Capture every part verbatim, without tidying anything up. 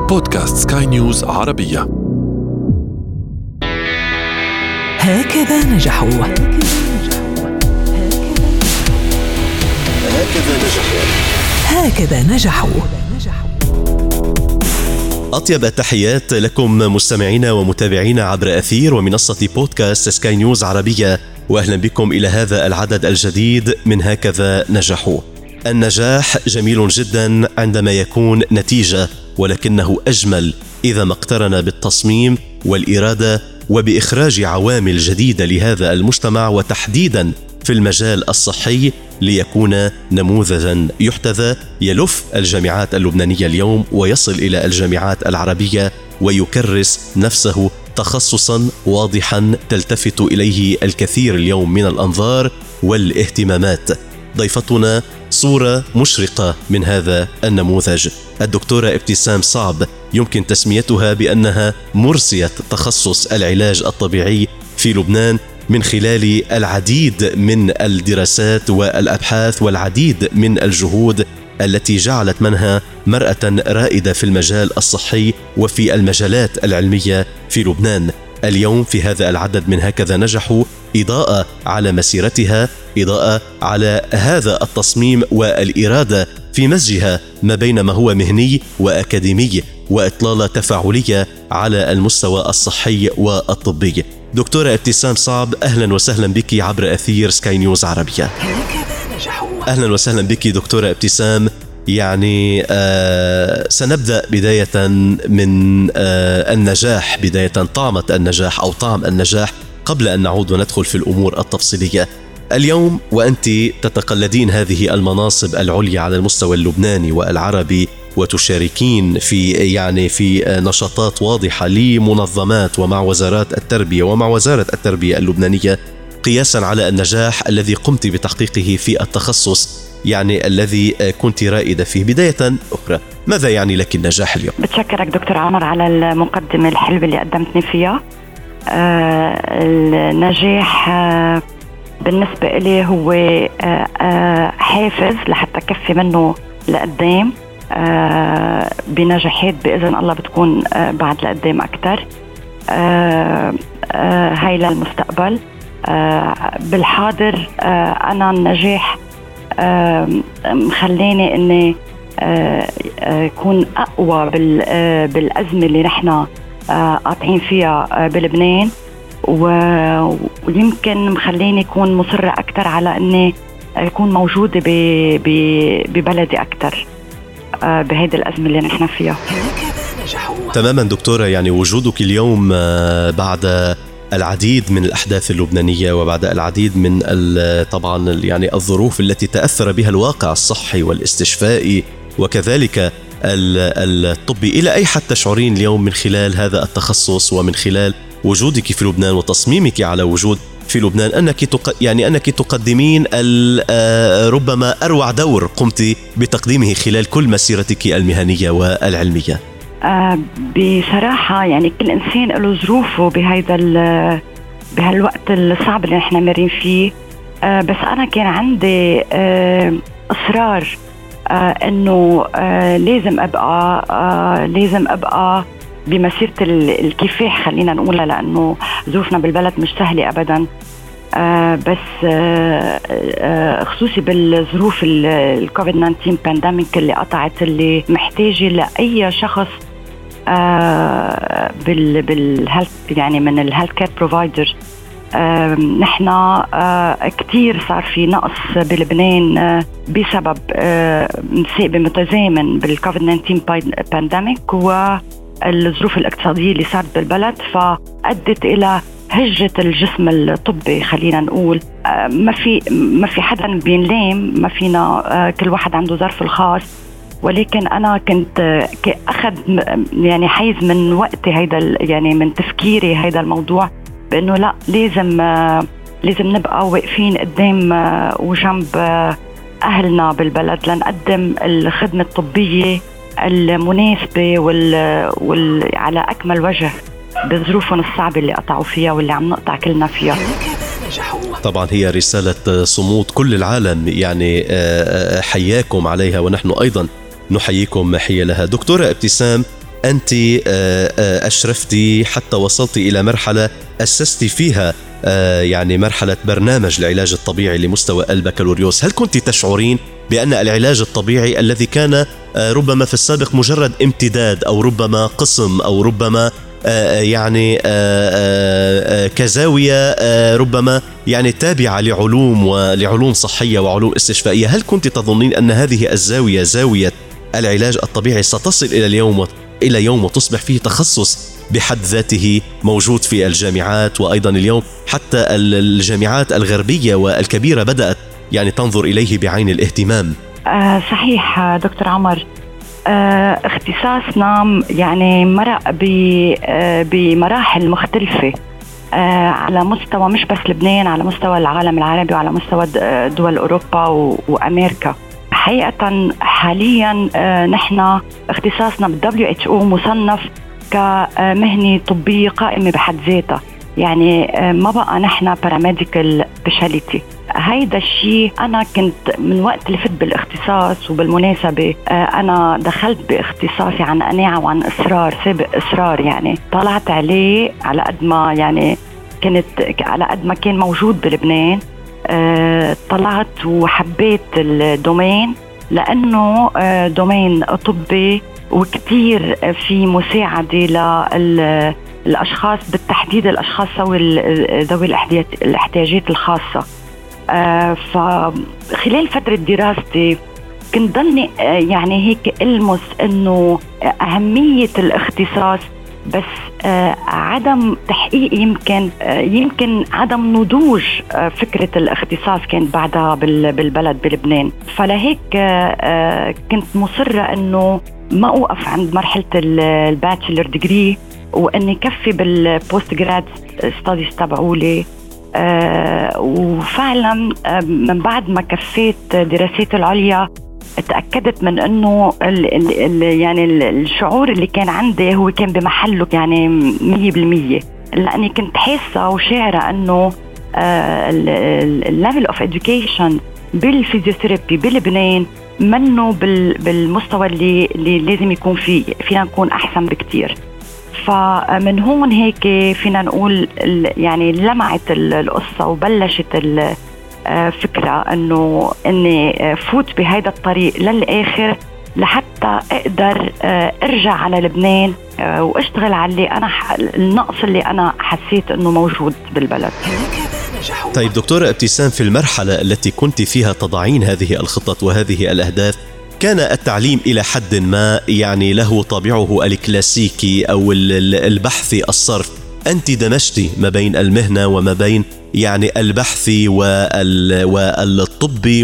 بودكاست سكاي نيوز عربية. هكذا نجحوا هكذا نجحوا هكذا نجحوا أطيب التحيات لكم مستمعينا ومتابعينا عبر أثير ومنصة بودكاست سكاي نيوز عربية، وأهلا بكم إلى هذا العدد الجديد من هكذا نجحوا. النجاح جميل جدا عندما يكون نتيجة، ولكنه أجمل إذا ما اقترن بالتصميم والإرادة وبإخراج عوامل جديدة لهذا المجتمع، وتحديدا في المجال الصحي، ليكون نموذجا يحتذى يلف الجامعات اللبنانية اليوم ويصل إلى الجامعات العربية ويكرس نفسه تخصصا واضحا تلتفت إليه الكثير اليوم من الأنظار والاهتمامات. ضيفتنا صورة مشرقة من هذا النموذج، الدكتورة ابتسام صعب، يمكن تسميتها بأنها مرسية تخصص العلاج الطبيعي في لبنان من خلال العديد من الدراسات والأبحاث والعديد من الجهود التي جعلت منها مرأة رائدة في المجال الصحي وفي المجالات العلمية في لبنان. اليوم في هذا العدد من هكذا نجحوا إضاءة على مسيرتها، إضاءة على هذا التصميم والإرادة في مزجها ما بين ما هو مهني وأكاديمي، وإطلالة تفاعلية على المستوى الصحي والطبي. دكتورة ابتسام صعب، أهلا وسهلا بك عبر أثير سكاي نيوز عربية. أهلا وسهلا بك دكتورة ابتسام. يعني آه سنبدأ بداية من آه النجاح، بداية طعمة النجاح أو طعم النجاح، قبل أن نعود وندخل في الأمور التفصيلية. اليوم وأنت تتقلدين هذه المناصب العليا على المستوى اللبناني والعربي، وتشاركين في يعني في نشاطات واضحة لمنظمات ومع وزارات التربية ومع وزارة التربية اللبنانية، قياسا على النجاح الذي قمت بتحقيقه في التخصص يعني الذي كنت رائدة فيه. بداية أخرى، ماذا يعني لك النجاح اليوم؟ بتشكرك دكتور عمر على المقدمة الحلوة اللي قدمتني فيها. آه النجاح آه بالنسبة إلي هو آه آه حافز لحتى كفي منه لقدام آه بنجاحات بإذن الله بتكون آه بعد لقدام أكتر. آه آه هاي للمستقبل. آه بالحاضر آه أنا النجاح آه مخليني إني آه أكون أقوى آه بالأزمة اللي نحنا آه قاطعين فيها آه بلبنان، ويمكن مخليني أكون مصرة أكتر على إني أكون موجودة ببلدي أكتر آه بهذه الأزمة اللي نحنا فيها. تماما دكتورة، يعني وجودك اليوم آه بعد العديد من الأحداث اللبنانية وبعد العديد من طبعا يعني الظروف التي تأثر بها الواقع الصحي والاستشفائي وكذلك الطبي، إلى أي حد تشعرين اليوم من خلال هذا التخصص ومن خلال وجودك في لبنان وتصميمك على وجود في لبنان أنك تق... يعني أنك تقدمين ربما أروع دور قمت بتقديمه خلال كل مسيرتك المهنية والعلمية؟ آه بصراحة يعني كل إنسان له ظروفه بهذا بهالوقت الصعب اللي نحن مارين فيه. آه بس أنا كان عندي آه إصرار آه إنه آه لازم أبقى آه لازم أبقى بمسيرة الكفاح، خلينا نقولها، لأنه ظروفنا بالبلد مش سهلة أبدا. آه بس آه آه خصوصي بالظروف الكوفيد تسعة عشر بانديميك اللي قطعت، اللي محتاجة لأي شخص آه بال بالهيلث يعني من الهيلث كير بروفايدرز. آه نحن آه كتير صار في نقص بلبنان آه بسبب آه مساء متزامن بالكوفيد تسعة عشر بانديميك والظروف الاقتصادية اللي صارت بالبلد، فأدت إلى هجة الجسم الطبي. خلينا نقول آه ما في ما في حدا بينلام، ما فينا آه كل واحد عنده ظرف الخاص، ولكن أنا كنت أخذ يعني حيز من وقتي هيدا يعني من تفكيري هيدا الموضوع، بأنه لا لازم لازم نبقى واقفين قدام وجنب أهلنا بالبلد لنقدم الخدمة الطبية المناسبة وال, وال على أكمل وجه بظروفهم الصعبة اللي قطعوا فيها واللي عم نقطع كلنا فيها. طبعا هي رسالة صمود كل العالم، يعني حياكم عليها ونحن أيضا نحييكم حيالها. دكتورة ابتسام، أنت أشرفتي حتى وصلت إلى مرحلة أسستي فيها يعني مرحلة برنامج العلاج الطبيعي لمستوى البكالوريوس. هل كنت تشعرين بأن العلاج الطبيعي الذي كان ربما في السابق مجرد امتداد أو ربما قسم أو ربما يعني كزاوية ربما يعني تابعة لعلوم ولعلوم صحية وعلوم استشفائية، هل كنت تظنين أن هذه الزاوية زاوية العلاج الطبيعي ستصل إلى اليوم إلى يوم وتصبح فيه تخصص بحد ذاته موجود في الجامعات، وأيضا اليوم حتى الجامعات الغربية والكبيرة بدأت يعني تنظر إليه بعين الاهتمام؟ آه صحيح دكتور عمر. آه اختصاصنا يعني مرق آه بمراحل مختلفة آه على مستوى مش بس لبنان، على مستوى العالم العربي وعلى مستوى دول أوروبا وأمريكا. حقيقة حاليا آه نحن اختصاصنا بالدبليو اتش او مصنف كمهنة طبية قائمة بحد ذاتها، يعني آه ما بقى نحن باراميديكال سبيشاليتي. هيدا الشيء أنا كنت من وقت اللي فت بالاختصاص، وبالمناسبة آه أنا دخلت باختصاصي عن قناعة وعن إصرار، سابق إصرار، يعني طلعت عليه على قد ما يعني كنت على قد ما كان موجود بلبنان. آه طلعت وحبيت الدومين لأنه آه دومين طبي وكتير في مساعدة للأشخاص، بالتحديد الأشخاص ذوي الاحتياجات الخاصة. آه فخلال فترة دراستي كنت ضلني آه يعني هيك ألمس إنه أهمية الاختصاص، بس آه عدم تحقيق يمكن آه يمكن عدم نضوج آه فكرة الاختصاص كانت بعدها بالبلد بلبنان. فلهيك آه كنت مصرة إنه ما أوقف عند مرحلة الباتشلر ديجري، وإني كفي بالبوست جراد ستاديز تبعولي. آه وفعلا آه من بعد ما كفيت دراسات العليا تأكدت من أنه ال ال ال يعني الشعور اللي كان عندي هو كان بمحله، يعني مية بالمية، لأني كنت حاسة وشاعرة أنه الليفل اوف education بالفيزيوثيرابي بلبنان منه بالمستوى اللي, اللي لازم يكون فيه، فينا نكون أحسن بكتير. فمن هون هيك فينا نقول يعني لمعت القصة وبلشت الفكرة أنه أني فوت بهذا الطريق للآخر لحتى أقدر أرجع على لبنان وأشتغل على اللي أنا النقص اللي أنا حسيت أنه موجود بالبلد. طيب دكتورة ابتسام، في المرحلة التي كنت فيها تضعين هذه الخطط وهذه الأهداف، كان التعليم إلى حد ما يعني له طابعه الكلاسيكي أو البحثي الصرف. أنت دمجتي ما بين المهنة وما بين يعني البحثي والطبي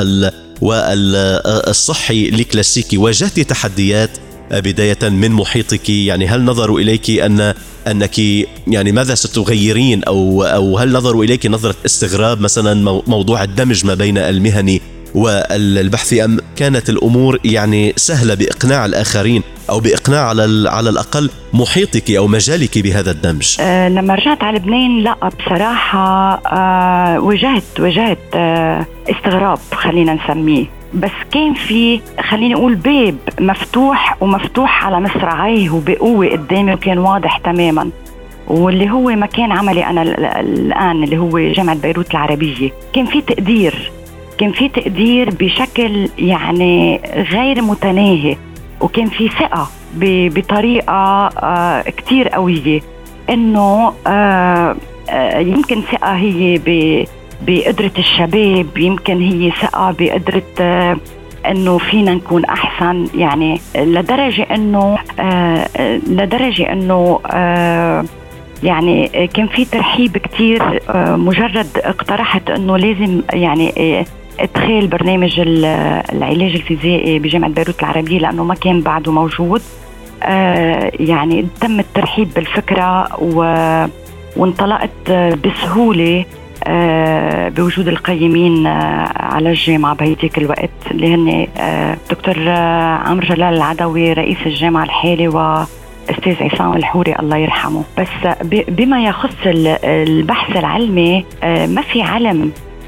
والصحي الكلاسيكي. واجهتي تحديات بداية من محيطك؟ يعني هل نظروا إليك أن أنك يعني ماذا ستغيرين، أو أو هل نظروا إليك نظرة استغراب مثلا موضوع الدمج ما بين المهني والبحثي، أم كانت الأمور يعني سهلة بإقناع الآخرين أو بإقناع على على الأقل محيطك أو مجالك بهذا الدمج؟ أه لما رجعت على لبنان لا بصراحة أه وجهت وجهت أه استغراب خلينا نسميه، بس كان في خليني أقول باب مفتوح ومفتوح على مصراعيه وبقوة قدامي وكان واضح تماما، واللي هو مكان عملي أنا الآن اللي هو جامعة بيروت العربية. كان في تقدير كان في تقدير بشكل يعني غير متناهي، وكان في ثقة بطريقة آه كتير قوية، إنه آه آه يمكن ثقة هي بقدرة الشباب، يمكن هي ثقة بقدرة آه إنه فينا نكون أحسن، يعني لدرجة إنه آه لدرجة إنه آه يعني كان في ترحيب كتير. آه مجرد اقترحت إنه لازم يعني آه ادخال برنامج العلاج الفيزيائي بجامعة بيروت العربية لأنه ما كان بعده موجود. آه يعني تم الترحيب بالفكرة وانطلقت بسهولة آه بوجود القيمين آه على الجامعة بهيديك الوقت اللي هن آه دكتور آه عمرو جلال العدوي رئيس الجامعة الحالي وأستاذ عصام الحوري الله يرحمه. بس بما يخص البحث العلمي آه ما في علم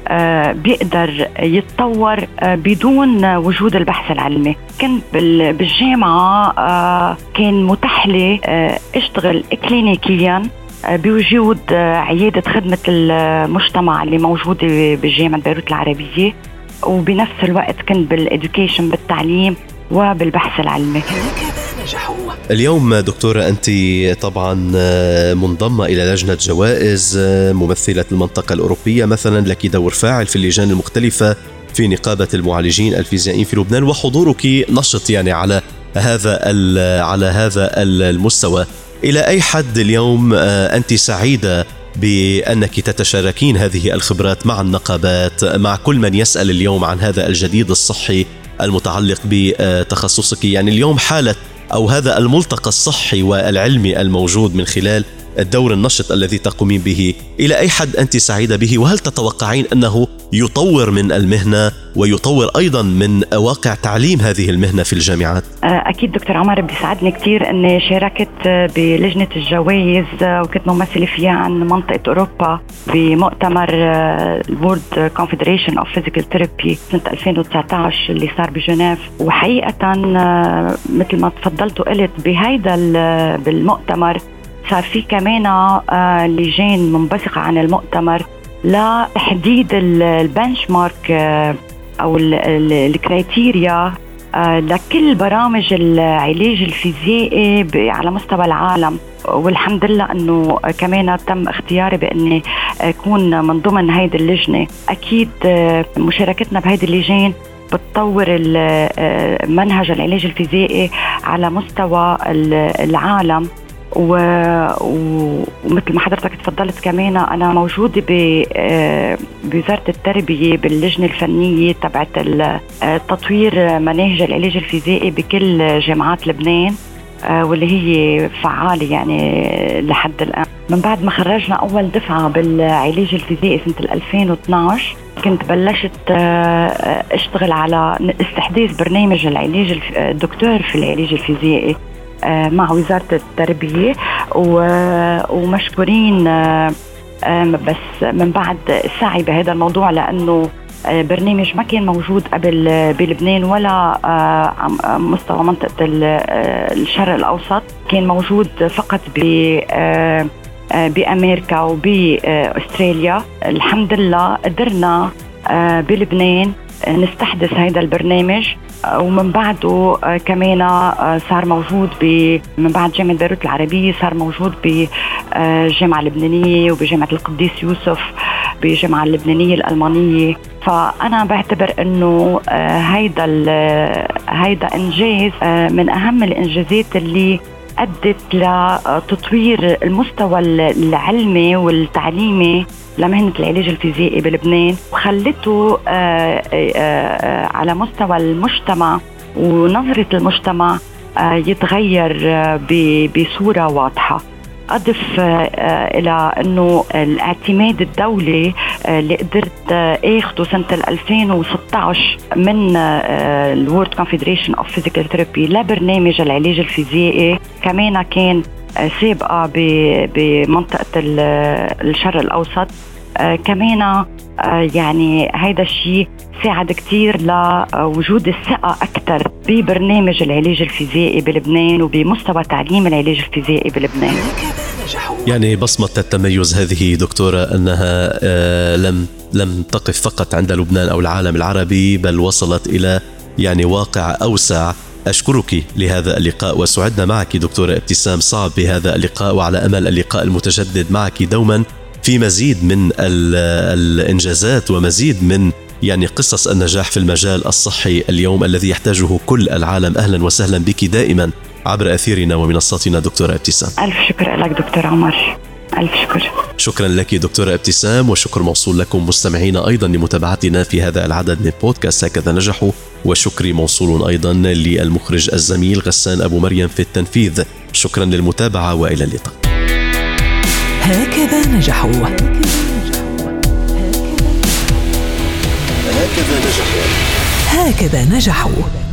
بيقدر يتطور بدون وجود البحث العلمي. كنت بالجامعة كان متاح لي اشتغل كلينيكيا بوجود عيادة خدمة المجتمع اللي موجودة بجامعة بيروت العربية، وبنفس الوقت كنت بالإدوكيشن بالتعليم وبالبحث العلمي. اليوم دكتورة أنت طبعا منضمة إلى لجنة جوائز، ممثلة المنطقة الأوروبية مثلا، لك دور فاعل في اللجان المختلفة في نقابة المعالجين الفيزيائيين في لبنان، وحضورك نشط يعني على هذا على هذا المستوى. إلى أي حد اليوم أنت سعيدة بأنك تتشاركين هذه الخبرات مع النقابات، مع كل من يسأل اليوم عن هذا الجديد الصحي المتعلق بتخصصك؟ يعني اليوم حالة أو هذا الملتقى الصحي والعلمي الموجود من خلال الدور النشط الذي تقومين به، إلى أي حد أنت سعيدة به؟ وهل تتوقعين أنه يطور من المهنة ويطور أيضا من واقع تعليم هذه المهنة في الجامعات؟ أكيد دكتور عمر، بيسعدني كتير أني شاركت بلجنة الجوائز وكنت ممثلة فيها عن منطقة أوروبا بمؤتمر World Confederation of Physical Therapy سنة ألفين وتسعة عشر اللي صار بجنيف. وحقيقة مثل ما تفضلت وقلت بهيدا بالمؤتمر صار في كمان لجان منبثقة عن المؤتمر لتحديد البنش مارك أو الكريتيريا لكل برامج العلاج الفيزيائي على مستوى العالم. والحمد لله أنه كمان تم اختياري بأني أكون من ضمن هيدي اللجنة. أكيد مشاركتنا بهيدي اللجان بتطور منهج العلاج الفيزيائي على مستوى العالم. ومثل ما حضرتك تفضلت كمان أنا موجودة بوزارة التربية باللجنة الفنية تبعت تطوير مناهج العلاج الفيزيائي بكل جامعات لبنان، واللي هي فعالة يعني لحد الآن. من بعد ما خرجنا أول دفعة بالعلاج الفيزيائي سنة ألفين واثناشر كنت بلشت اشتغل على استحداث برنامج العلاج الدكتور في العلاج الفيزيائي مع وزارة التربية، ومشكورين بس من بعد السعي بهذا الموضوع لأنه برنامج ما كان موجود قبل بلبنان ولا مستوى منطقة الشرق الأوسط، كان موجود فقط بأمريكا وبأستراليا. الحمد لله قدرنا بلبنان نستحدث هذا البرنامج، ومن بعده كمان صار موجود من بعد جامعة بيروت العربية، صار موجود بجامعة اللبنانية وبجامعة القديس يوسف بجامعة اللبنانية الألمانية. فأنا بعتبر أنه هيدا هيدا إنجاز من أهم الإنجازات اللي أدت لتطوير المستوى العلمي والتعليمي لمهنة العلاج الفيزيائي بلبنان، وخلته على مستوى المجتمع ونظرة المجتمع يتغير بصورة واضحة. أضف إلى أنه الاعتماد الدولي اللي قدرت أخده سنة ألفين وستة عشر من الورد كونفدريشن أوف فيزيكال ثيرابي لبرنامج العلاج الفيزيائي كمان كان سابقة بمنطقة الشرق الأوسط. كمان يعني هيدا الشيء ساعد كتير لوجود الثقة أكثر ببرنامج العلاج الفيزيائي بلبنان وبمستوى تعليم العلاج الفيزيائي بلبنان. يعني بصمة التميز هذه دكتورة أنها لم لم تقف فقط عند لبنان أو العالم العربي، بل وصلت إلى يعني واقع أوسع. أشكرك لهذا اللقاء، وسعدنا معك دكتورة ابتسام صعب بهذا اللقاء، وعلى أمل اللقاء المتجدد معك دوما في مزيد من الإنجازات ومزيد من يعني قصص النجاح في المجال الصحي اليوم الذي يحتاجه كل العالم. أهلا وسهلا بك دائما عبر أثيرنا ومنصاتنا دكتورة ابتسام. ألف شكر لك دكتور عمر، ألف شكر. شكرا لك دكتورة ابتسام، وشكر موصول لكم مستمعينا أيضا لمتابعتنا في هذا العدد من بودكاست هكذا نجحوا، وشكري موصول أيضا للمخرج الزميل غسان أبو مريم في التنفيذ. شكرا للمتابعة وإلى اللقاء. هكذا نجحوا هكذا نجحوا هكذا نجحوا